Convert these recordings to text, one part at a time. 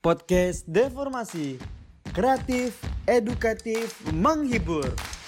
Podcast Deformasi, kreatif, edukatif, menghibur.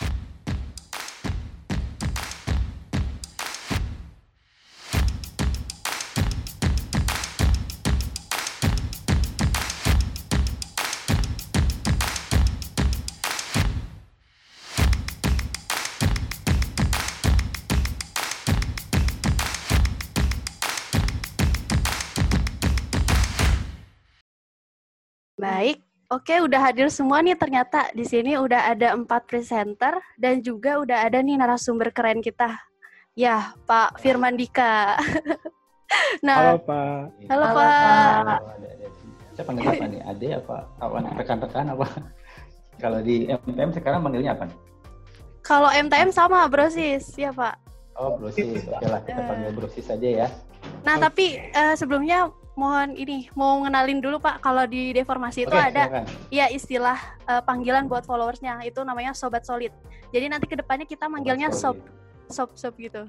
Baik, oke, udah hadir semua nih ternyata. Di sini udah ada 4 presenter dan juga udah ada nih narasumber keren kita. Ya, Pak Firman Dika. Halo Nah, Pak. halo Halo, Pak. Pak. Saya panggil apa nih? Ade apa? Kawan, rekan-rekan apa? Kalau di MTM sekarang manggilnya apa nih? Kalau MTM sama Brosis, ya Pak. Oh, Brosis. Oke lah, kita panggil Brosis saja ya. Nah, tapi sebelumnya mau ngenalin dulu Pak, kalau di Deformasi itu Oke, ada silakan. ya istilah panggilan buat followersnya, itu namanya Sobat Solid. Jadi nanti kedepannya kita manggilnya sob gitu.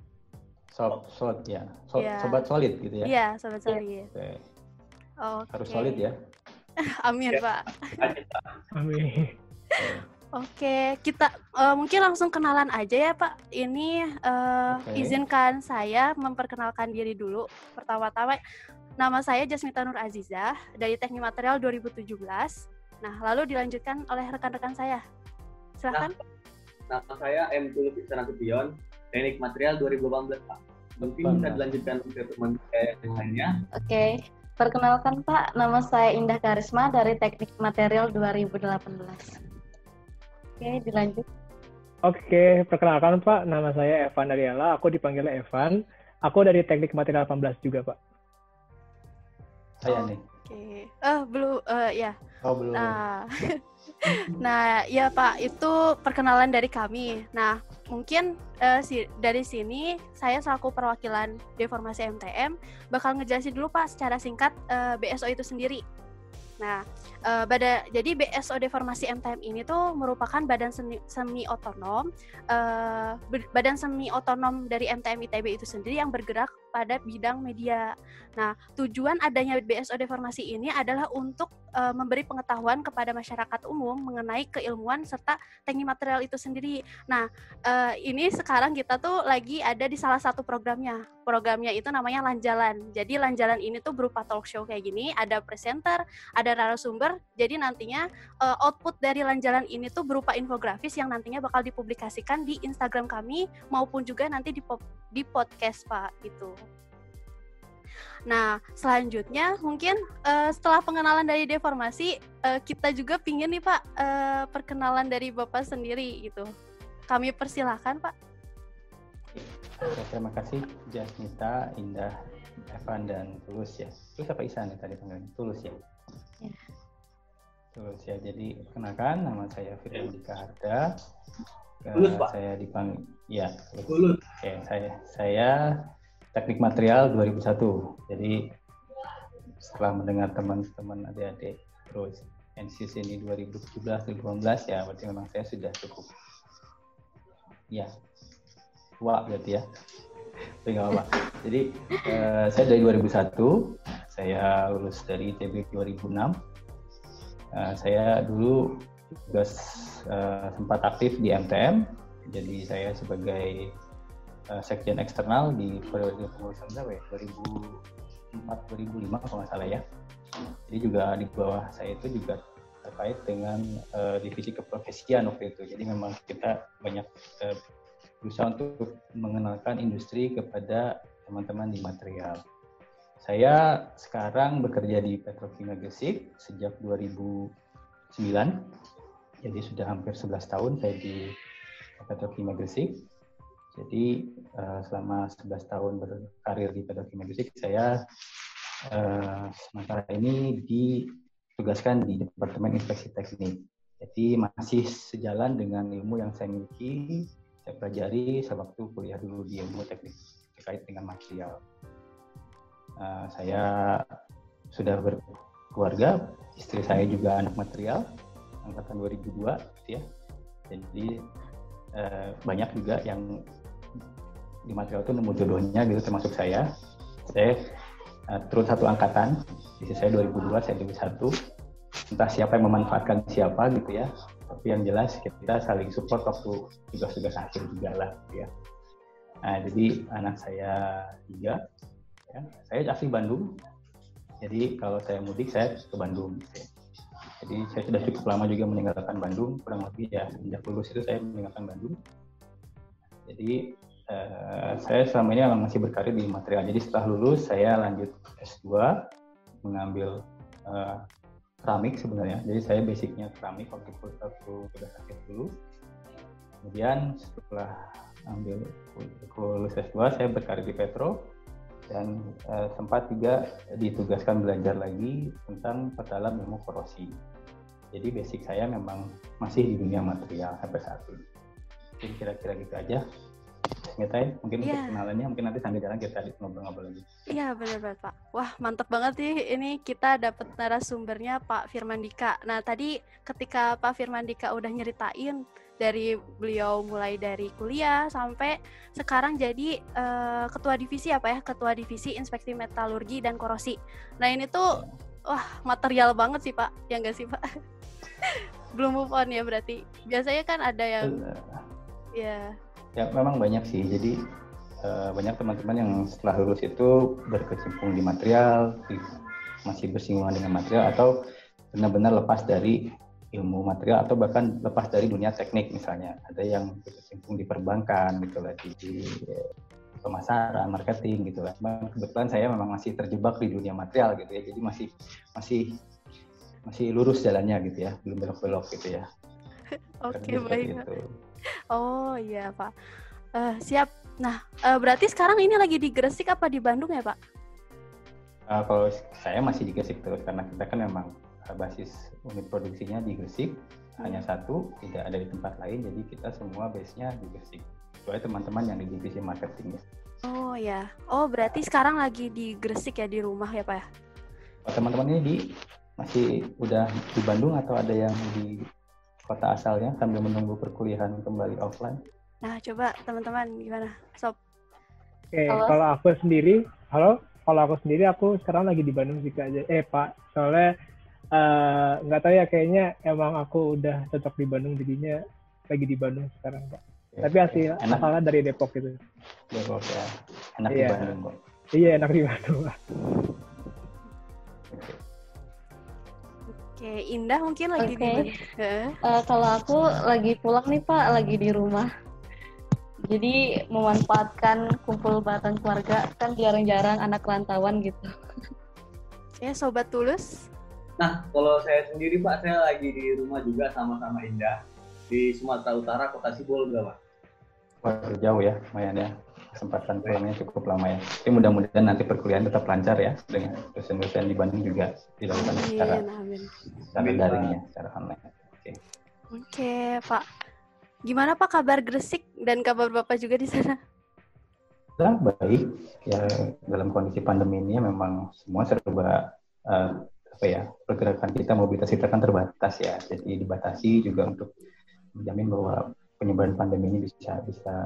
Sob ya. Iya. Sobat solid gitu ya. Iya, Sobat Solid. Oke. Oke. Harus solid ya. Amin Pak. Amin. Oke, kita mungkin langsung kenalan aja ya Pak. Ini Oke. izinkan saya memperkenalkan diri dulu. Pertama-tama, nama saya Jasmita Nur Azizah dari Teknik Material 2017. Nah, lalu dilanjutkan oleh rekan-rekan saya. Silahkan. Nama saya M. Tulus Nasution, Teknik Material 2018, Pak. Mungkin bisa dilanjutkan ke teman yang lainnya. Iya. Oke, perkenalkan Pak, nama saya Indah Karisma dari Teknik Material 2018. Oke, dilanjut. Oke, perkenalkan Pak, nama saya Evan Dariela, aku dipanggilnya Evan. Aku dari Teknik Material 18 juga, Pak. Saya nih. Oke. Belum ya. Oh, belum. Nah, ya Pak, itu perkenalan dari kami. Nah, mungkin dari sini saya selaku perwakilan Deformasi MTM bakal ngejelasin dulu Pak secara singkat BSO itu sendiri. Nah, jadi BSO Deformasi MTM ini tuh merupakan badan semi otonom, badan semi otonom dari MTM ITB itu sendiri yang bergerak pada bidang media. Nah, tujuan adanya BSO Deformasi ini adalah untuk memberi pengetahuan kepada masyarakat umum mengenai keilmuan serta teknik material itu sendiri. Nah, ini sekarang kita tuh lagi ada di salah satu programnya. Programnya itu namanya Lanjalan. Jadi Lanjalan ini tuh berupa talk show kayak gini, ada presenter, ada narasumber. Jadi nantinya output dari Lanjalan ini tuh berupa infografis yang nantinya bakal dipublikasikan di Instagram kami maupun juga nanti di podcast Pak gitu. Nah, selanjutnya mungkin setelah pengenalan dari Deformasi, kita juga pingin nih Pak perkenalan dari Bapak sendiri gitu. Kami persilahkan Pak. Oke, terima kasih Jasmita, Indah, Evan, dan Tulus ya. Tulus apa Isan ya tadi panggilnya? Tulus ya? Ya. Tulus ya, jadi kenalkan nama saya Firman Dika Harda. Tulus, Pak. Saya dipanggil, ya. Tulus. Oke, saya Teknik Material 2001. Jadi setelah mendengar teman-teman adik-adik terus NCC ini 2017-2018 ya, berarti memang saya sudah cukup. Ya. Tua berarti ya. Tapi nggak apa-apa. Jadi saya dari 2001, saya lulus dari ITB 2006. Saya dulu juga sempat aktif di MTM. Jadi saya sebagai sekjen eksternal di periode pengurusan berapa ya? 2004-2005 kalau nggak salah ya. Jadi juga di bawah saya itu juga terkait dengan divisi keprofesian waktu itu. Jadi memang kita banyak berusaha untuk mengenalkan industri kepada teman-teman di material. Saya sekarang bekerja di Petrokimia Gresik sejak 2009. Jadi sudah hampir 11 tahun saya di Petrokimia Gresik. Jadi selama 11 tahun berkarir di Petrokimia Gresik, saya sementara ini ditugaskan di Departemen Inspeksi Teknik. Jadi masih sejalan dengan ilmu yang saya miliki, saya pelajari sewaktu kuliah dulu di ilmu teknik terkait dengan material. Saya sudah berkeluarga, istri saya juga anak material, angkatan 2002 gitu ya. Jadi banyak juga yang di material itu nemu jodohnya gitu, termasuk saya. Saya turun satu angkatan. Sisi saya 2002, saya 2001. Entah siapa yang memanfaatkan siapa gitu ya. Tapi yang jelas kita saling support waktu tugas-tugas akhir juga lah gitu ya. Nah, jadi anak saya 3, ya. Saya asli Bandung. Jadi kalau saya mudik saya ke Bandung gitu ya. Jadi saya sudah cukup lama juga meninggalkan Bandung, kurang lebih ya sejak lulus itu saya meninggalkan Bandung. Jadi saya selama ini masih berkarir di material. Jadi setelah lulus saya lanjut S2 mengambil keramik sebenarnya. Jadi saya basicnya keramik waktu sudah akhir dulu. Kemudian setelah ambil lulus S2 saya berkarir di Petro dan sempat juga ditugaskan belajar lagi tentang perdalam ilmu korosi. Jadi basic saya memang masih di dunia material sampai saat ini. Jadi kira-kira gitu aja. Ngetai, mungkin perkenalannya, mungkin nanti sambil jalan kita ngobrol-ngobrol lagi. Iya, benar banget Pak. Wah, mantap banget nih. Ini kita dapat narasumbernya Pak Firman Dika. Nah, tadi ketika Pak Firman Dika udah nyeritain dari beliau mulai dari kuliah sampai sekarang jadi ketua divisi apa ya? Ketua divisi Inspeksi Metalurgi dan Korosi. Nah, ini tuh wah, material banget sih Pak. Ya nggak sih Pak? Belum move on ya berarti. Biasanya kan ada yang Ya, memang banyak sih. Jadi banyak teman-teman yang setelah lulus itu berkecimpung di material, masih bersinggungan dengan material, atau benar-benar lepas dari ilmu material, atau bahkan lepas dari dunia teknik misalnya. Ada yang berkecimpung di perbankan, gitu lah, di pemasaran, marketing, gitu lah. Kebetulan saya memang masih terjebak di dunia material, gitu ya. Jadi masih lurus jalannya, gitu ya, belum belok-belok, gitu ya. Oke, baik. Oh iya Pak, siap. Nah berarti sekarang ini lagi di Gresik apa di Bandung ya Pak? Kalau saya masih di Gresik terus karena kita kan memang basis unit produksinya di Gresik, hanya satu, tidak ada di tempat lain, jadi kita semua base-nya di Gresik. Kecuali teman-teman yang di divisi marketing ya. Oh ya, berarti sekarang lagi di Gresik ya, di rumah ya Pak ya? Teman-teman ini masih udah di Bandung atau ada yang di kota asalnya sambil menunggu perkuliahan kembali offline? Nah, coba teman-teman gimana, Sob? Kalau aku sendiri, aku sekarang lagi di Bandung juga aja. Pak, soalnya nggak tahu ya, kayaknya emang aku udah cocok di Bandung, jadinya lagi di Bandung sekarang Pak. Tapi asalnya dari Depok gitu. Depok ya, enak di Bandung kok. Iya, enak di Bandung Pak. Oke, Indah mungkin lagi di kalau aku lagi pulang nih Pak, lagi di rumah. Jadi memanfaatkan kumpul bareng keluarga, kan jarang-jarang anak rantauan gitu. Ya, Sobat Tulus. Nah, kalau saya sendiri Pak, saya lagi di rumah juga sama-sama Indah di Sumatera Utara, Kota Sibolga Pak. Wah, jauh ya, lumayan ya. Kesempatan pulangnya cukup lama ya. Tapi mudah-mudahan nanti perkuliahan tetap lancar ya, dengan dosen-dosen di Bandung juga dilakukan secara daring ya, secara online. Oke, Pak. Gimana Pak kabar Gresik dan kabar Bapak juga di sana? Baik. Ya, dalam kondisi pandemi ini memang semua serba pergerakan kita, mobilitas kita kan terbatas ya. Jadi dibatasi juga untuk menjamin bahwa penyebaran pandemi ini bisa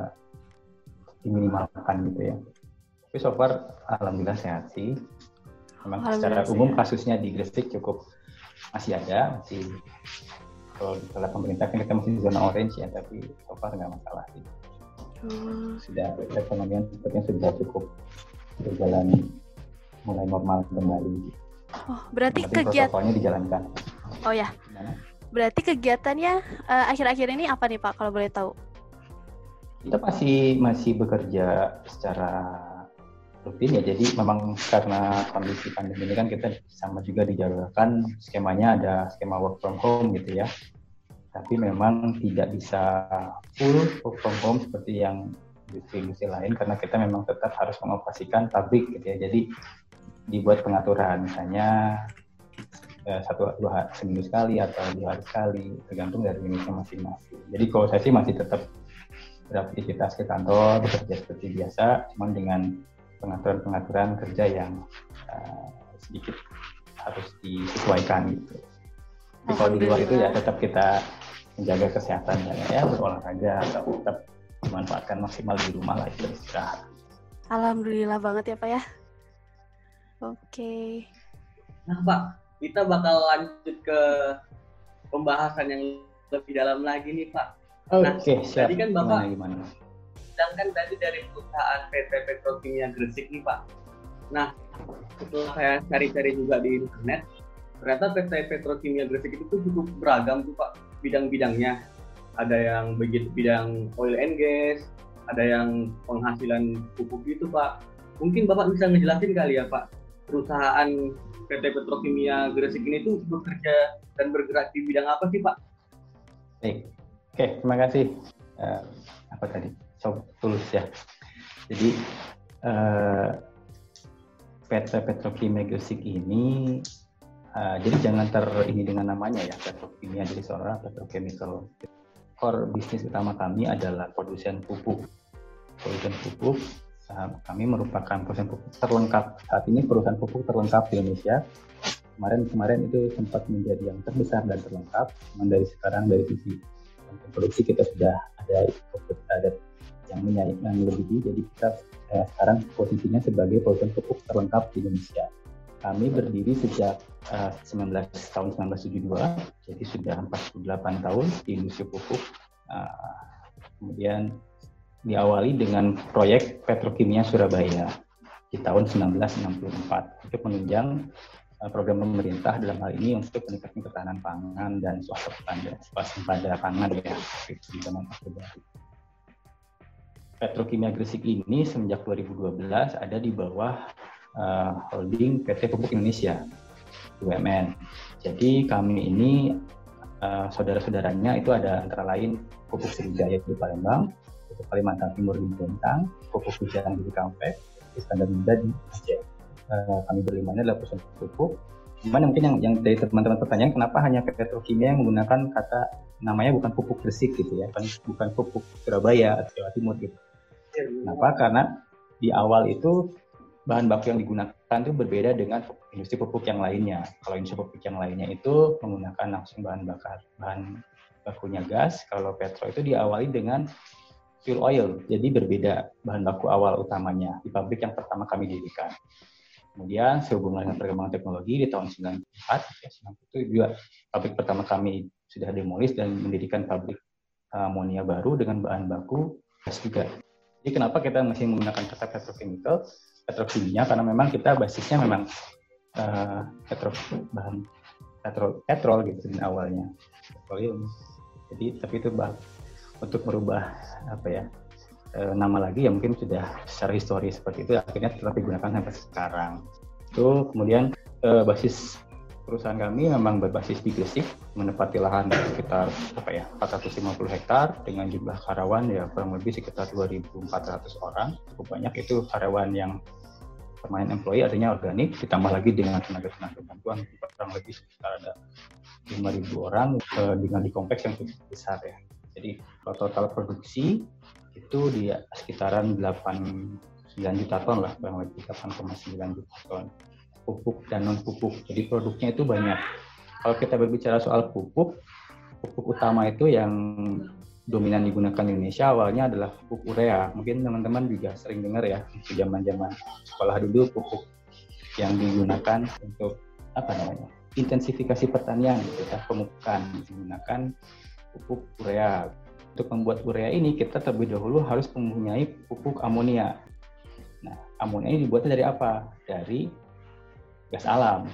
diminimalkan gitu ya. Tapi so far alhamdulillah sehat sih. Memang secara umum kasusnya di Gresik cukup masih ada, kalau di pemerintah kan kita masih di zona orange ya, tapi so far nggak masalah sih. Sudah perekonomian sepertinya sudah cukup berjalan mulai normal kembali. Oh, berarti protokolnya dijalankan. Oh ya. Gimana? Berarti kegiatannya akhir-akhir ini apa nih Pak, kalau boleh tahu? Kita masih bekerja secara rutin ya, jadi memang karena kondisi pandemi ini kan kita sama juga dijadwalkan skemanya, ada skema work from home gitu ya, tapi memang tidak bisa full work from home seperti yang industri lain, karena kita memang tetap harus mengoperasikan pabrik gitu ya. Jadi dibuat pengaturan, misalnya 1-2 hari seminggu sekali atau 2 hari sekali, tergantung dari unitnya masing-masing. Jadi kalau saya sih masih tetap beraktivitas ke kantor, bekerja seperti biasa, cuman dengan pengaturan kerja yang sedikit harus disesuaikan gitu. Jadi kalau di luar itu ya tetap kita menjaga kesehatan ya, berolahraga atau tetap memanfaatkan maksimal di rumah lah, istirahat. Alhamdulillah banget ya Pak ya. Oke. Nah Pak, kita bakal lanjut ke pembahasan yang lebih dalam lagi nih Pak. Oke, siap. Tadi kan Bapak Gimana? sedangkan tadi dari perusahaan PT Petrokimia Gresik nih Pak. Nah, setelah saya cari-cari juga di internet, ternyata PT Petrokimia Gresik itu cukup beragam tuh Pak bidang-bidangnya. Ada yang bidang oil and gas, ada yang penghasilan pupuk gitu Pak. Mungkin Bapak bisa ngejelasin kali ya Pak, perusahaan PT Petrokimia Gresik ini tuh bekerja dan bergerak di bidang apa sih Pak? Baik, oke, terima kasih. Apa tadi? Sob Tulus ya. Jadi PT Petrokimia Gresik ini, jadi jangan ini dengan namanya ya, Petrokimia, jadi seorang petrochemical. Core bisnis utama kami adalah produsen pupuk. Kami merupakan perusahaan pupuk terlengkap. Saat ini perusahaan pupuk terlengkap di Indonesia. Kemarin itu sempat menjadi yang terbesar dan terlengkap. Namun dari sekarang dari sisi produksi kita sudah ada yang melebihi. Jadi kita sekarang posisinya sebagai perusahaan pupuk terlengkap di Indonesia. Kami berdiri sejak tahun 1972, jadi sudah 48 tahun di industri pupuk. Kemudian diawali dengan proyek Petrokimia Surabaya di tahun 1964 untuk menunjang program pemerintah dalam hal ini untuk meningkatkan ketahanan pangan dan swasembada pangan ya di zaman Orde Baru. Petrokimia Gresik ini semenjak 2012 ada di bawah holding PT Pupuk Indonesia BUMN. Jadi kami ini saudara-saudaranya itu ada antara lain Pupuk Sriwijaya di Palembang, Pupuk Kalimantan Timur di Bontang, Pupuk Wijaya di Kampek, Iskandar Muda di Aceh. Kami berlima ini adalah perusahaan pupuk. Cuman mungkin yang dari teman-teman pertanyaan, kenapa hanya Petrokimia yang menggunakan kata namanya bukan Pupuk Gresik gitu ya, bukan Pupuk Surabaya atau Jawa Timur gitu. Kenapa? Karena di awal itu bahan baku yang digunakan itu berbeda dengan industri pupuk yang lainnya. Kalau industri pupuk yang lainnya itu menggunakan langsung bahan bakunya gas. Kalau petro itu diawali dengan fuel oil, jadi berbeda bahan baku awal utamanya di pabrik yang pertama kami dirikan. Kemudian sehubungan dengan perkembangan teknologi di tahun 94, itu juga pabrik pertama kami sudah demolis dan mendirikan pabrik amonia baru dengan bahan baku gas juga. Jadi kenapa kita masih menggunakan kata petrokimia? Karena memang kita basisnya memang petrol gitu di awalnya, petroleum. Jadi tapi itu untuk merubah nama lagi ya mungkin sudah secara historis seperti itu, akhirnya tetap digunakan sampai sekarang. Itu kemudian basis perusahaan kami memang berbasis di Gresik, menempati lahan sekitar 450 hektar dengan jumlah karyawan ya kurang lebih sekitar 2.400 orang. Cukup banyak itu karyawan yang permanent employee, artinya organik, ditambah lagi dengan tenaga bantuan kurang lebih sekitar ada 5.000 orang dengan di kompleks yang cukup besar ya. Jadi total produksi itu di sekitaran 8-9 juta ton lah, kurang lebih 8,9 juta ton pupuk dan non pupuk. Jadi produknya itu banyak. Kalau kita berbicara soal pupuk utama itu yang dominan digunakan di Indonesia awalnya adalah pupuk urea. Mungkin teman-teman juga sering dengar ya, di zaman-zaman sekolah dulu pupuk yang digunakan untuk intensifikasi pertanian gitu ya, pemupukan menggunakan pupuk urea. Untuk membuat urea ini kita terlebih dahulu harus mempunyai pupuk amonia. Nah, amonia ini dibuatnya dari apa? Dari gas alam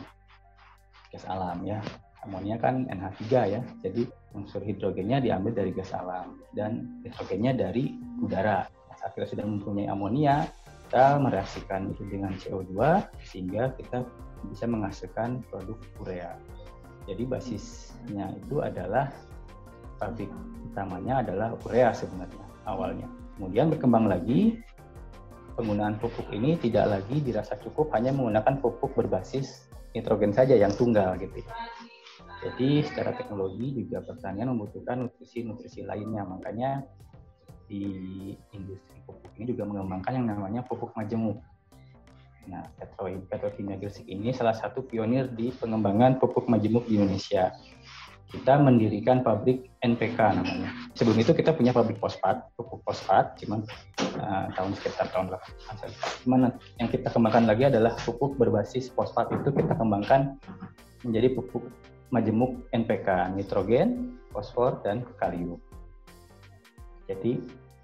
ya. Amonia kan NH3 ya, jadi unsur hidrogennya diambil dari gas alam dan nitrogennya dari udara. Nah, saat kita sudah mempunyai amonia, kita mereaksikan itu dengan CO2 sehingga kita bisa menghasilkan produk urea. Jadi basisnya itu adalah pabrik utamanya adalah urea sebenarnya awalnya. Kemudian berkembang lagi, penggunaan pupuk ini tidak lagi dirasa cukup hanya menggunakan pupuk berbasis nitrogen saja yang tunggal gitu. Jadi secara teknologi juga pertanian membutuhkan nutrisi lainnya, makanya di industri pupuk ini juga mengembangkan yang namanya pupuk majemuk. Nah, Petrokimia Gresik ini salah satu pionir di pengembangan pupuk majemuk di Indonesia. kita mendirikan pabrik NPK namanya. Sebelum itu kita punya pabrik fosfat, pupuk fosfat, cuman sekitar tahun 80. Cuman yang kita kembangkan lagi adalah pupuk berbasis fosfat. Itu kita kembangkan menjadi pupuk majemuk NPK, nitrogen, fosfor, dan kalium. Jadi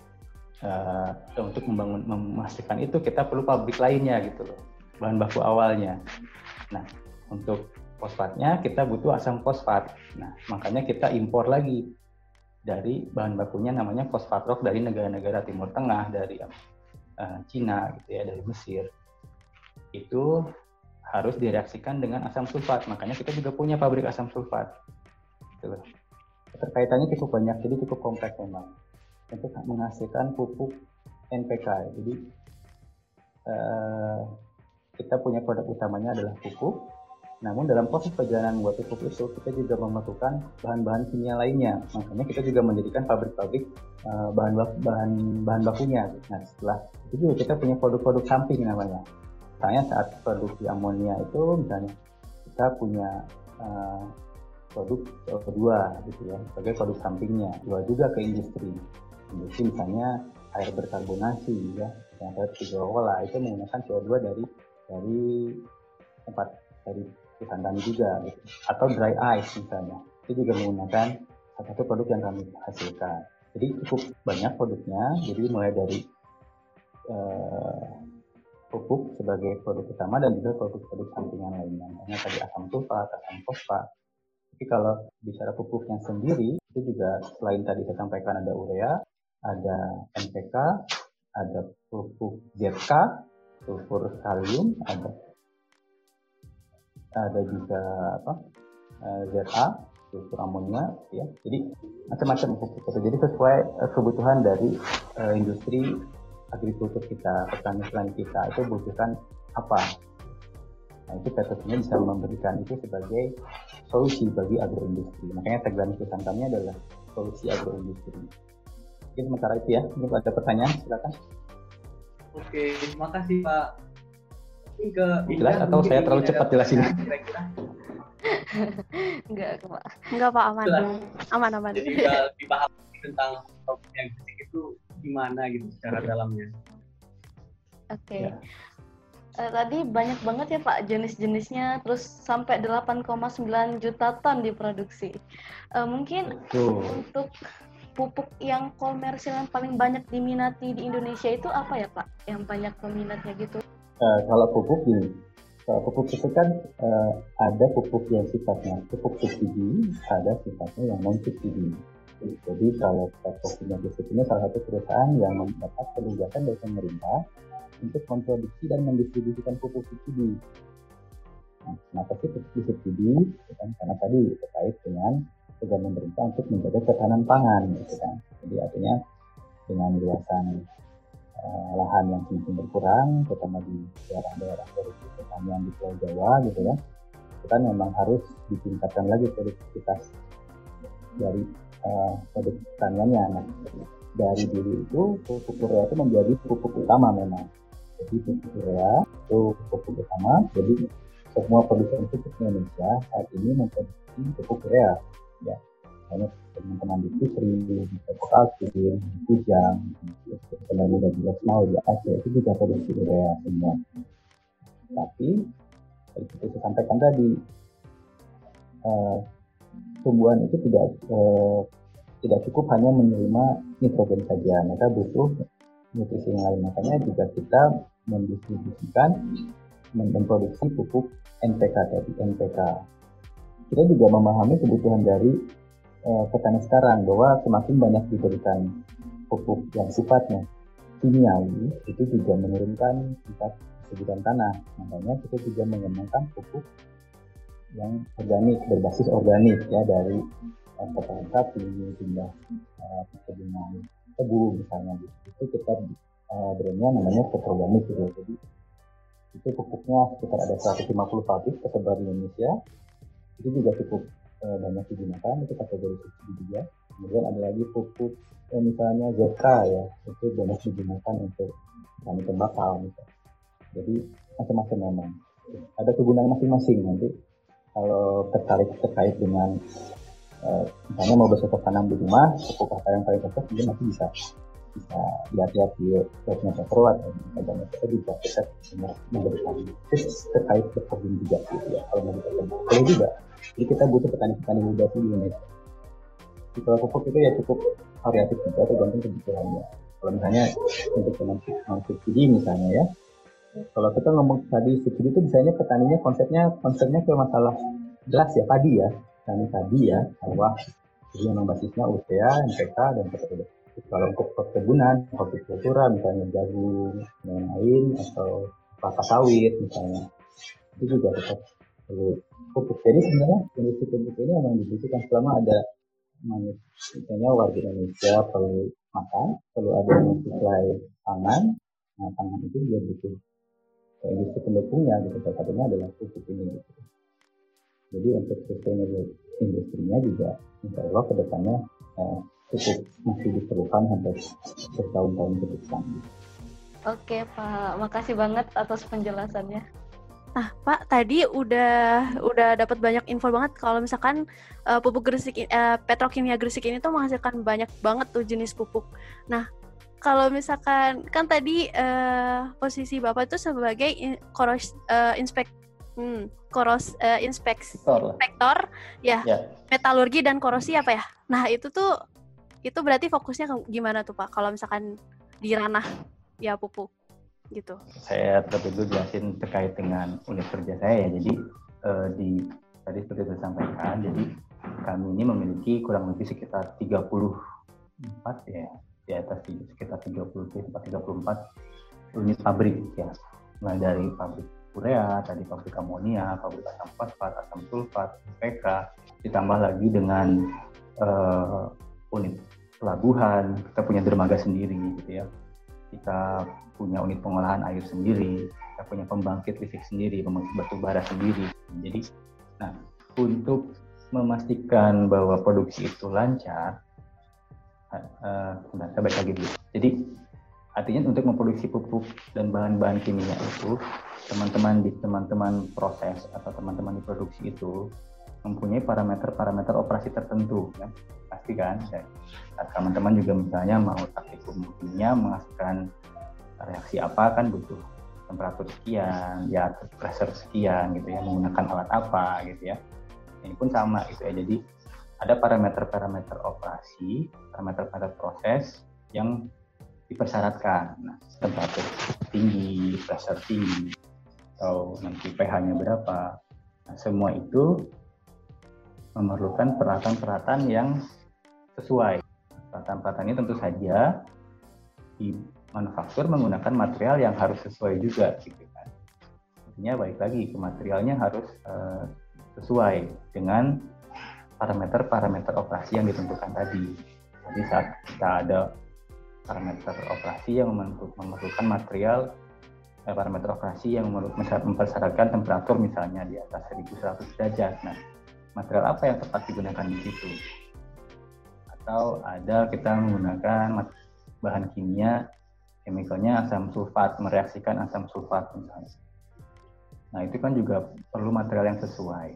untuk memastikan itu kita perlu pabrik lainnya gitu loh, bahan baku awalnya. Nah, untuk fosfatnya kita butuh asam fosfat. Nah, makanya kita impor lagi dari bahan bakunya namanya fosfat rock dari negara-negara Timur Tengah, dari Cina gitu ya, dari Mesir. Itu harus direaksikan dengan asam sulfat. Makanya kita juga punya pabrik asam sulfat. Gitu. Keterkaitannya cukup banyak, jadi cukup kompleks memang untuk menghasilkan pupuk NPK. Jadi kita punya produk utamanya adalah pupuk. Namun dalam proses perjalanan membuat pupuk itu kita juga memerlukan bahan-bahan kimia lainnya. Makanya kita juga mendirikan pabrik-pabrik bahan bakunya. Nah, setelah itu juga kita punya produk-produk samping namanya. Misalnya saat produksi amonia itu misalnya kita punya produk CO2 gitu ya sebagai produk sampingnya. Jual juga ke industri. Industri misalnya air berkarbonasi ya, yang Coca-Cola itu menggunakan CO2 dari tempat dari perusahaan kami juga gitu. Atau dry ice misalnya itu juga menggunakan salah satu produk yang kami hasilkan. Jadi cukup banyak produknya, jadi mulai dari pupuk sebagai produk utama dan juga produk-produk sampingan lainnya. Misalnya tadi asam sulfat, asam fosfat. Tapi kalau bicara pupuknya sendiri itu juga selain tadi saya sampaikan ada urea, ada NPK, ada pupuk ZK, sulfur kalium, ada juga ZA, sulfur amonia, ya. Jadi macam-macam pupuk itu. Jadi sesuai kebutuhan dari industri agrikultur kita, petani kita itu butuhkan apa. Nah, itu tentunya bisa memberikan itu sebagai solusi bagi agroindustri. Makanya tagline perusahaan kami adalah solusi agroindustri. Mungkin sementara itu ya. Ini ada pertanyaan, silakan. Oke, terima kasih Pak. Jelas atau saya terlalu cepat jelasinnya? Enggak Pak, aman. Jadi lebih paham tentang topik yang itu gimana gitu secara dalamnya. Oke. Tadi banyak banget ya Pak jenis-jenisnya, terus sampai 8,9 juta ton diproduksi. Mungkin untuk pupuk yang komersil yang paling banyak diminati di Indonesia itu apa ya Pak? Yang banyak peminatnya gitu? Kalau pupuk gini, pupuk itu kan ada pupuk yang sifatnya pupuk subsidi, ada sifatnya yang non subsidi. Jadi kalau Petrokimia Gresik ini salah satu perusahaan yang mendapat penugasan dari pemerintah untuk memproduksi dan mendistribusikan pupuk subsidi. Nah, kenapa sih pupuk subsidi? Karena tadi terkait dengan program pemerintah untuk menjaga ketahanan pangan, gitu kan. Jadi artinya dengan luasan lahan yang semakin berkurang, terutama di daerah-daerah pertanian di Pulau Jawa, gitu ya, kita memang harus ditingkatkan lagi produktivitas dari produk pertaniannya. Nah, dari dulu itu pupuk urea itu menjadi pupuk utama memang. Jadi pupuk urea itu pupuk utama. Jadi semua produsen pupuk Indonesia saat ini memproduksi pupuk urea. Ya, hanya teman-teman di Kusri, di Pokalsim, di Kujang, teman-teman dari Lesmau, di Aceh itu juga produksi urea semua. Tapi seperti saya sampaikan tadi, tumbuhan itu tidak cukup hanya menerima nitrogen saja, mereka butuh nutrisi yang lain. Makanya juga kita mendistribusikan, memproduksi pupuk NPK tadi, NPK. Kita juga memahami kebutuhan dari petani sekarang bahwa semakin banyak diberikan pupuk yang sifatnya kimiawi, itu juga menurunkan tingkat kesuburan tanah. Makanya kita juga mengembangkan pupuk yang organik, berbasis organik ya, dari kotoran sapi, hingga perkebunan tebu misalnya gitu. Itu kita brandnya namanya Petroganik gitu. Jadi itu pupuknya sekitar ada 150 pabrik tersebar di Indonesia. Itu juga cukup banyak digunakan, itu kategori subsidi juga. Kemudian ada lagi pupuk misalnya ZK ya, itu banyak digunakan untuk petani tembakau misalnya. Jadi macam-macam memang. Ada kegunaan masing-masing. Nanti kalau terkait dengan misalnya mau bercocok tanam di rumah, pupuk apa yang paling cocok, mungkin nanti bisa lihat-lihat di webnya Petro atau di Instagramnya Petro juga kita memberikan tips terkait berkebun juga gitu ya. Kalau mau berkebun boleh juga. Jadi kita butuh petani-petani muda di Indonesia. Jadi kalau pupuk itu ya cukup variatif juga, tergantung kebutuhannya. Kalau misalnya untuk subsidi misalnya ya, kalau kita ngomong tadi subsidi itu misalnya petaninya konsepnya ke masalah jelas ya, padi ya, sawah. Jadi memang basisnya UPA, NPK dan PTB. Kalau untuk perkebunan, hortikultura misalnya jagung, lain atau kelapa sawit misalnya, itu juga tetap perlu pupuk. Jadi sebenarnya industri pupuk ini memang dibutuhkan selama ada misalnya warga Indonesia perlu makan, perlu ada suplai pangan. Nah, pangan itu juga butuh industri pendukungnya gitu. Salah satunya adalah pupuk ini gitu. Jadi untuk sustainable industrinya juga insya Allah ke depannya cukup masih diperlukan sampai bertahun-tahun ke depan. Oke Pak, makasih banget atas penjelasannya. Nah Pak, tadi udah dapat banyak info banget kalau misalkan pupuk Gresik, Petrokimia Gresik ini tuh menghasilkan banyak banget tuh jenis pupuk. Nah kalau misalkan kan tadi posisi Bapak itu sebagai inspektor ya, metalurgi dan korosi apa ya. Nah itu berarti fokusnya gimana tuh Pak kalau misalkan di ranah ya pupuk gitu. Saya terlebih dulu jelasin terkait dengan unit kerja saya ya. Jadi tadi seperti saya sampaikan, jadi kami ini memiliki kurang lebih sekitar 34 ya, di atas sekitar 34 unit pabrik ya. Mulai dari pabrik urea, tadi pabrik amonia, pabrik asam fosfat, asam sulfat, PK, ditambah lagi dengan unit pelabuhan, kita punya dermaga sendiri gitu ya. Kita punya unit pengolahan air sendiri, kita punya pembangkit listrik sendiri, pembangkit batu bara sendiri. Jadi, nah untuk memastikan bahwa produksi itu lancar, saya baca lagi dulu. Jadi artinya untuk memproduksi pupuk dan bahan-bahan kimia itu, teman-teman proses atau teman-teman di produksi itu mempunyai parameter operasi tertentu, kan? Pasti kan? Nah, teman-teman juga misalnya mau taktikum kimia menghasilkan reaksi apa kan butuh temperatur sekian, ya pressure sekian gitu ya, menggunakan alat apa gitu ya. Ini pun sama gitu ya. Jadi ada parameter-parameter operasi, parameter-parameter proses yang dipersyaratkan. Nah, temperatur tinggi, pressure tinggi, atau nanti pH-nya berapa. Nah, semua itu memerlukan peralatan-peralatan yang sesuai. Peralatan-peralatan ini tentu saja dimanufaktur menggunakan material yang harus sesuai juga, gitu kan. Artinya balik lagi ke materialnya harus sesuai dengan parameter-parameter operasi yang ditentukan tadi. Jadi saat kita ada parameter operasi yang memerlukan material, parameter operasi yang mempersyaratkan temperatur misalnya di atas 1100 derajat. Nah, material apa yang tepat digunakan di situ? Atau ada kita menggunakan bahan kimia, chemicalnya asam sulfat, mereaksikan asam sulfat misalnya. Nah, itu kan juga perlu material yang sesuai.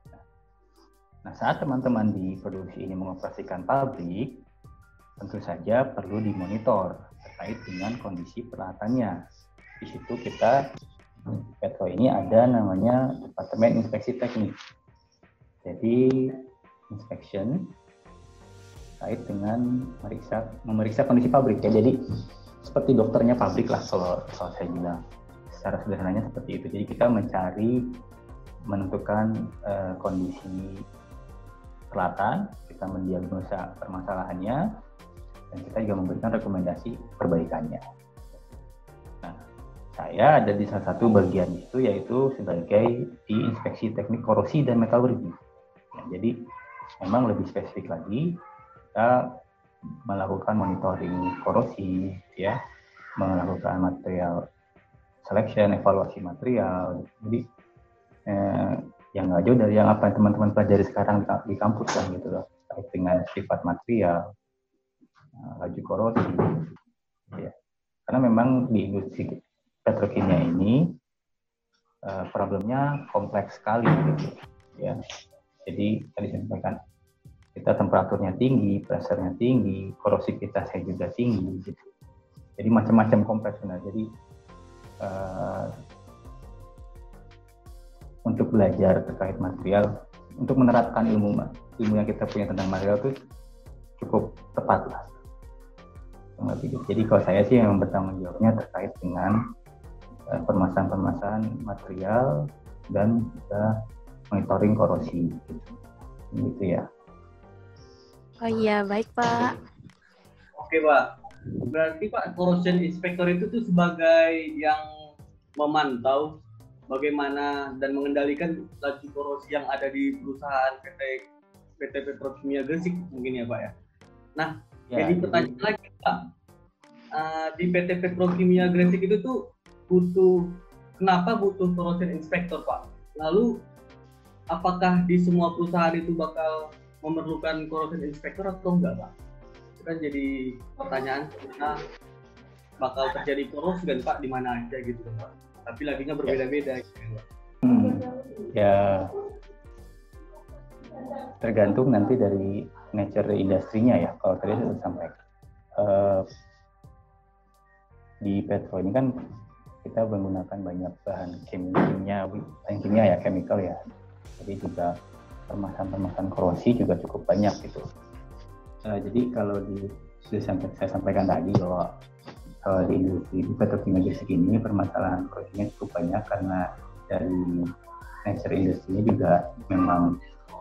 Nah, saat teman-teman di produksi ini mengoperasikan pabrik, tentu saja perlu dimonitor terkait dengan kondisi peralatannya. Di situ kita, Petro ini ada namanya Departemen Inspeksi Teknik. Jadi, inspection terkait dengan memeriksa kondisi pabrik ya. Jadi, seperti dokternya pabrik lah kalau saya bilang. Secara sederhananya seperti itu. Jadi, kita menentukan kondisi peralatan, kita mendiagnosa permasalahannya, dan kita juga memberikan rekomendasi perbaikannya. Nah, saya ada di salah satu bagian itu, yaitu sebagai di inspeksi teknik korosi dan metalurgi. Ya, jadi memang lebih spesifik lagi, kita melakukan monitoring korosi, ya, melakukan material selection, evaluasi material. Jadi yang nggak jauh dari yang apa yang teman-teman pelajari sekarang di kampus kan gitu loh, terkait dengan sifat material, laju korosi, ya. Karena memang di industri petrokimia ini problemnya kompleks sekali, gitu, ya. Jadi tadi saya sampaikan kita temperaturnya tinggi, pressure-nya tinggi, korosivitasnya juga tinggi gitu. Jadi macam-macam kompresor. Jadi untuk belajar terkait material, untuk menerapkan ilmu yang kita punya tentang material itu cukup tepat lah. Jadi kalau saya sih yang bertanggung jawabnya terkait dengan permasalahan material dan juga monitoring korosi gitu ya. Oh iya, baik Pak. Oke Pak, berarti Pak corrosion inspector itu tuh sebagai yang memantau bagaimana dan mengendalikan laju korosi yang ada di perusahaan PT Petrokimia Gresik mungkin ya Pak ya. Nah, jadi pertanyaan lagi Pak, di PT Petrokimia Gresik itu tuh kenapa butuh corrosion inspector Pak? Lalu apakah di semua perusahaan itu bakal memerlukan corrosion inspector atau enggak Pak? Itu kan jadi pertanyaan karena bakal terjadi korosi kan Pak di mana aja gitu Pak. Tapi laginya berbeda-beda gitu Pak. Ya tergantung nanti dari nature industrinya ya. Kalau tadi saya sampaikan di Petro ini kan kita menggunakan banyak bahan kimia ya, chemical ya. Jadi juga permasalahan korosi juga cukup banyak gitu. Jadi kalau saya sampaikan tadi bahwa di industri petrokimia Gresik ini permasalahan korosinya cukup banyak karena dari nature industrinya juga memang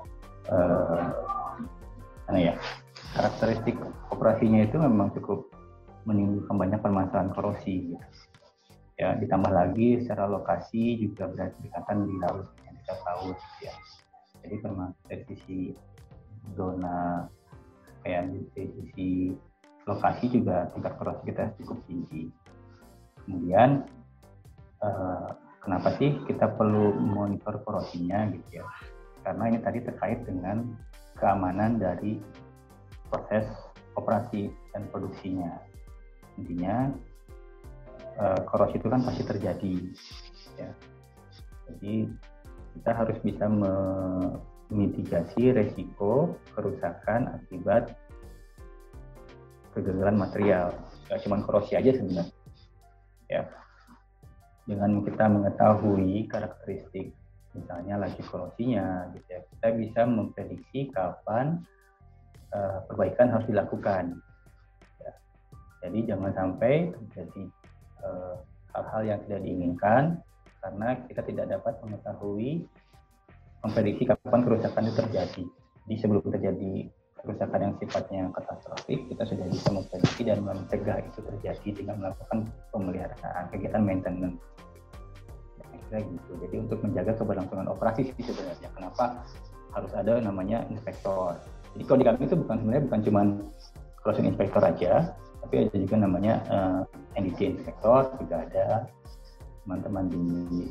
karakteristik operasinya itu memang cukup menimbulkan banyak permasalahan korosi gitu. Ya, ditambah lagi secara lokasi juga berdekatan di laut, dekat laut ya. Jadi dari sisi zona kayak dari sisi lokasi juga tingkat korosi kita cukup tinggi. Kemudian kenapa sih kita perlu monitor korosinya gitu ya? Karena ini tadi terkait dengan keamanan dari proses operasi dan produksinya. Intinya korosi itu kan pasti terjadi ya. Jadi kita harus bisa memitigasi resiko kerusakan akibat kegagalan material. Gak cuma korosi aja sebenarnya ya. Dengan kita mengetahui karakteristik misalnya laju korosinya gitu ya, kita bisa memprediksi kapan perbaikan harus dilakukan ya. Jadi jangan sampai terjadi hal-hal yang tidak diinginkan karena kita tidak dapat memprediksi kapan kerusakan itu terjadi. Jadi sebelum terjadi kerusakan yang sifatnya katastrofik, kita sudah bisa memprediksi dan mencegah itu terjadi dengan melakukan pemeliharaan, kegiatan maintenance. Gitu. Jadi untuk menjaga keberlangsungan operasi sih sebenarnya. Kenapa harus ada namanya inspektor? Jadi kalau di kami itu bukan cuma corrosion inspektor aja, tapi ada juga namanya NDC inspektor, juga ada teman-teman di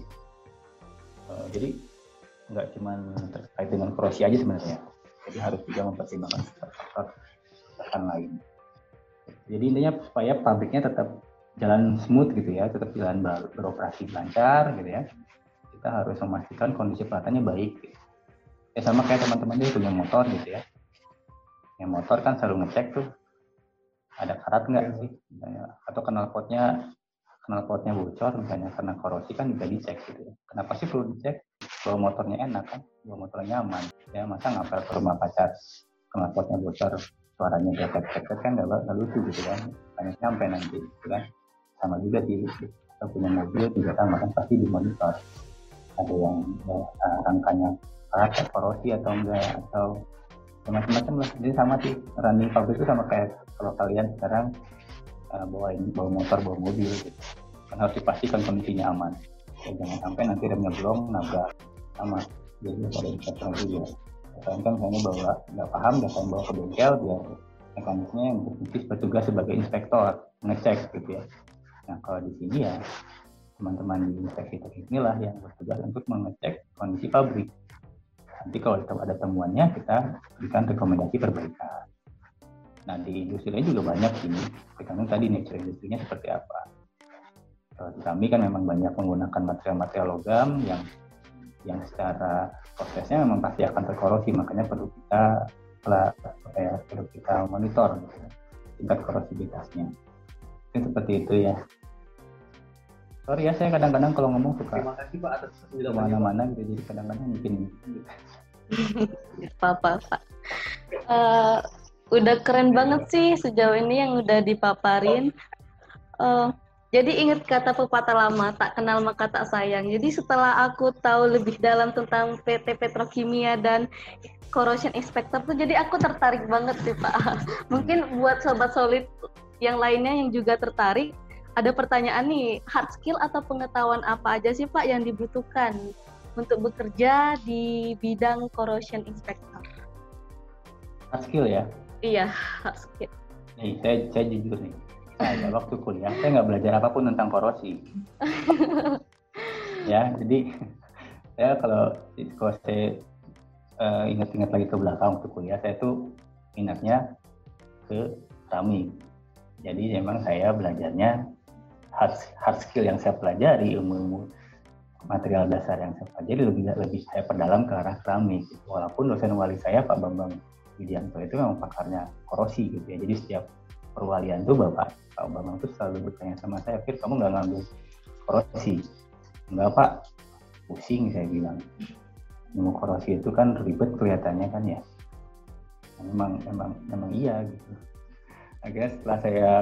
jadi nggak cuma terkait dengan korosi aja sebenarnya. Jadi harus juga mempertimbangkan faktor lain. Jadi intinya supaya pabriknya tetap jalan smooth gitu ya, tetap jalan beroperasi lancar gitu ya. Kita harus memastikan kondisi perawatannya baik. Gitu. Ya sama kayak teman-teman dia punya motor gitu ya. Yang motor kan selalu ngecek tuh ada karat nggak sih, misalnya, atau knalpotnya bocor misalnya karena korosi kan juga dicek gitu ya. Kenapa sih perlu dicek? Bawa motornya enak kan, bawa motornya nyaman. Ya masa ngapel ke rumah pacar knalpotnya bocor, suaranya getek-getek kan nggak lucu gitu kan, banyak nyampe nanti gitu kan. Sama juga di kita punya mobil juga sama kan pasti dimonitor. Ada yang rangkanya karat, korosi atau enggak, atau macam-macam lah. Jadi sama sih running pabrik itu sama kayak kalau kalian sekarang bawa motor, bawa mobil gitu. Kan harus dipastikan kondisinya aman. Ya, jangan sampai nanti remnya blong, nabrak sama. Jadi ada inspektor juga. Kalian kan kayaknya bawa nggak paham, kalian bawa ke bengkel biar mekanisnya yang bertugas sebagai inspektor ngecek gitu ya. Nah kalau di sini ya teman-teman di inspeksi teknik inilah yang bertugas untuk mengecek kondisi pabrik. Nanti kalau ada temuannya kita berikan rekomendasi perbaikan. Nah di industri lain juga banyak ini, tergantung tadi nature industrinya seperti apa. Kami kan memang banyak menggunakan material-material logam yang secara prosesnya memang pasti akan terkorosi, makanya perlu kita perlu kita monitor tingkat korosivitasnya. Itu seperti itu ya. Sorry ya, saya kadang-kadang kalau ngomong suka Terima kasih Pak atas kemana-mana gitu, jadi kadang-kadang bikin gitu. Apa-apa Pak. Udah keren banget sih sejauh ini yang udah dipaparin. Jadi ingat kata pepatah lama, tak kenal maka tak sayang. Jadi setelah aku tahu lebih dalam tentang PT Petrokimia dan Corrosion Inspector tuh, jadi aku tertarik banget sih Pak. Mungkin buat sobat solid yang lainnya yang juga tertarik, ada pertanyaan nih, hard skill atau pengetahuan apa aja sih Pak yang dibutuhkan untuk bekerja di bidang Corrosion Inspector? Hard skill ya? Iya, hard skill. Nih, saya jujur nih. Saya waktu kuliah, saya nggak belajar apapun tentang korosi. Ya, jadi kalau saya ingat-ingat lagi ke belakang waktu kuliah, saya tuh minatnya ke keramik. Jadi memang saya belajarnya hard skill yang saya pelajari, ilmu material dasar yang saya pelajari lebih saya perdalam ke arah keramik. Walaupun dosen wali saya Pak Bambang Widianto itu memang pakarnya korosi gitu ya. Jadi setiap perwalian tuh Pak Bambang tuh selalu bertanya sama saya, Fir, kamu nggak ngambil korosi? Enggak Pak, pusing saya bilang. Ilmu korosi itu kan ribet kelihatannya kan ya. Memang iya gitu. Akhirnya setelah saya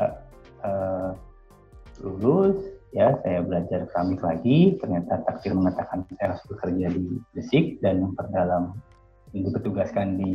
lulus ya, saya belajar keramik lagi. Ternyata takdir mengatakan saya harus bekerja di Gresik dan memperdalam, ditugaskan di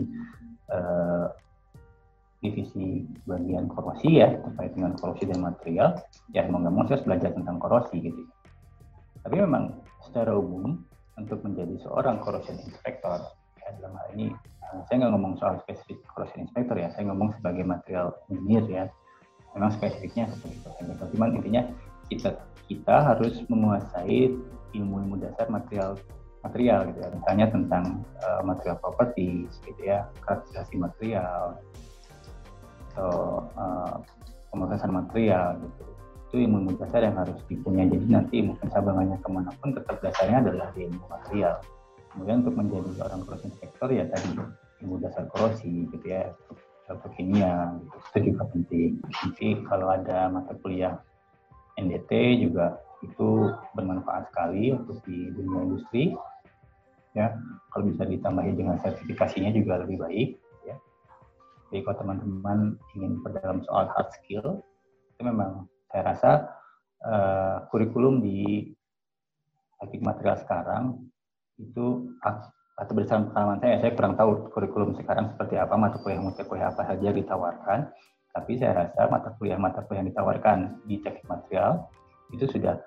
divisi bagian korosi ya, terkait dengan korosi dan material. Ya mau nggak mau saya harus belajar tentang korosi gitu. Tapi memang secara umum untuk menjadi seorang corrosion inspector, ya dalam hal ini saya nggak ngomong soal spesifik corrosion inspector ya, saya ngomong sebagai material engineer ya. Memang spesifiknya seperti itu. Cuman intinya kita harus menguasai ilmu-ilmu dasar material gitu ya. Misalnya tentang material properties gitu ya, karakterisasi material atau pemrosesan material gitu. Itu ilmu dasar yang harus dipunyai. Jadi nanti mungkin cabangannya kemanapun tetap dasarnya adalah di ilmu material. Kemudian untuk menjadi seorang corrosion inspector ya tadi ilmu dasar korosi gitu ya, atau kimia gitu, itu juga penting. Nanti kalau ada mata kuliah NDT juga itu bermanfaat sekali untuk di dunia industri ya. Kalau bisa ditambahi dengan sertifikasinya juga lebih baik ya. Jadi kalau teman-teman ingin berdalam soal hard skill, itu memang saya rasa kurikulum di teknik material sekarang itu, atau berdasarkan pengalaman saya kurang tahu kurikulum sekarang seperti apa, mata kuliah apa saja ditawarkan, tapi saya rasa mata kuliah yang ditawarkan di teknik material itu sudah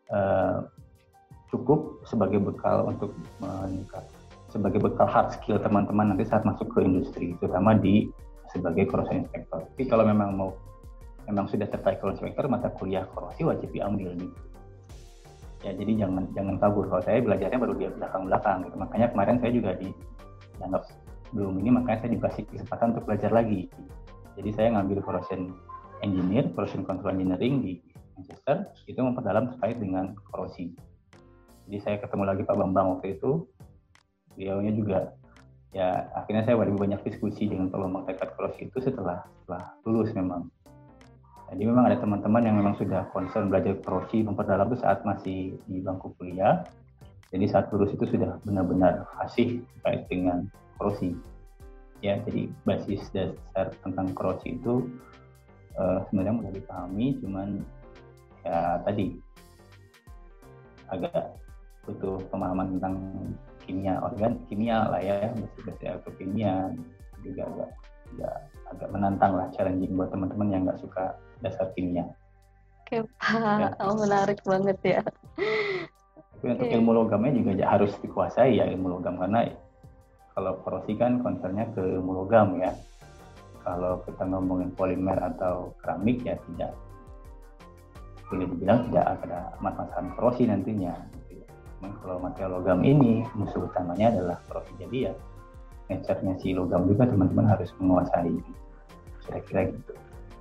cukup sebagai bekal untuk meningkat, sebagai bekal hard skill teman-teman nanti saat masuk ke industri, terutama sebagai corrosion inspector. Tapi kalau memang sudah tertarik corrosion inspector, mata kuliah korosi wajib diambil gitu. Ya jadi jangan kabur. Kalau saya belajarnya baru di belakang gitu. Makanya kemarin saya juga dianggap belum ini, makanya saya dikasih kesempatan untuk belajar lagi. Jadi saya ngambil corrosion control engineering di Manchester, itu memperdalam terkait dengan korosi. Jadi saya ketemu lagi Pak Bambang waktu itu, beliaunya juga ya akhirnya saya lebih banyak diskusi dengan Pak Bambang terkait korosi itu setelah lulus memang. Jadi memang ada teman-teman yang memang sudah concern belajar korosi memperdalam itu saat masih di bangku kuliah. Jadi saat lulus itu sudah benar-benar fasih terkait dengan korosi. Ya, jadi basis dasar tentang korosi itu sebenarnya mudah dipahami, cuman ya tadi agak butuh pemahaman tentang kimia lah ya, basic kimia juga agak menantang lah, challenging buat teman-teman yang nggak suka dasar kimia. Oke Pak, menarik banget ya. Tapi untuk ilmu logamnya juga harus dikuasai ya, ilmu logam, karena kalau korosi kan concernnya ke ilmu logam ya. Kalau kita ngomongin polimer atau keramik ya tidak boleh dibilang tidak ada masalah korosi nantinya. Cuman kalau material logam ini musuh utamanya adalah korosi, jadi ya nature-nya si logam juga teman-teman harus menguasai, kira-kira gitu.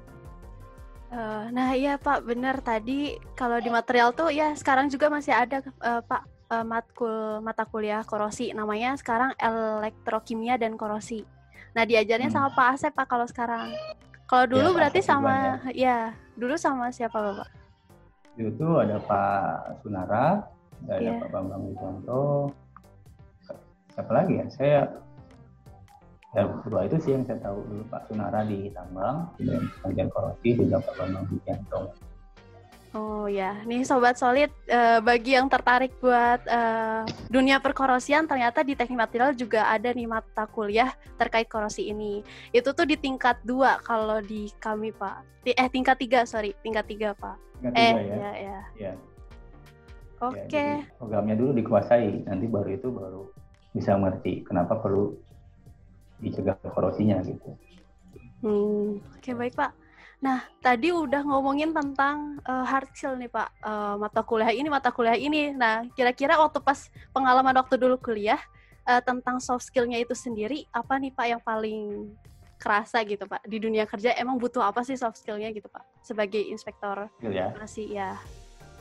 Nah iya Pak, benar tadi kalau di material tuh ya sekarang juga masih ada Pak mata kuliah korosi, namanya sekarang elektrokimia dan korosi. Nah, diajarnya sama Pak Asep Pak kalau sekarang. Kalau dulu berarti sama dulu sama siapa Bapak? Itu ada Pak Sunara, ada Pak Bambang Wijanto. Siapa lagi ya? Saya berdua itu sih yang saya tahu dulu, Pak Sunara di tambang, dan bagian korosi juga Pak Bambang Wijanto. Oh ya, nih Sobat Solid, bagi yang tertarik buat dunia perkorosian, ternyata di Teknik Material juga ada nih mata kuliah terkait korosi ini. Itu tuh di tingkat 2 kalau di kami Pak. Tingkat 3 Pak. Tingkat 3 ya? Ya. Oke. Programnya dulu dikuasai, nanti baru bisa mengerti kenapa perlu dicegah korosinya gitu. Oke, baik Pak. Nah, tadi udah ngomongin tentang hard skill nih Pak, mata kuliah ini. Nah, kira-kira waktu pas pengalaman waktu dulu kuliah, tentang soft skill-nya itu sendiri, apa nih Pak yang paling kerasa gitu Pak? Di dunia kerja emang butuh apa sih soft skill-nya gitu Pak? Sebagai inspektor ya. masih ya.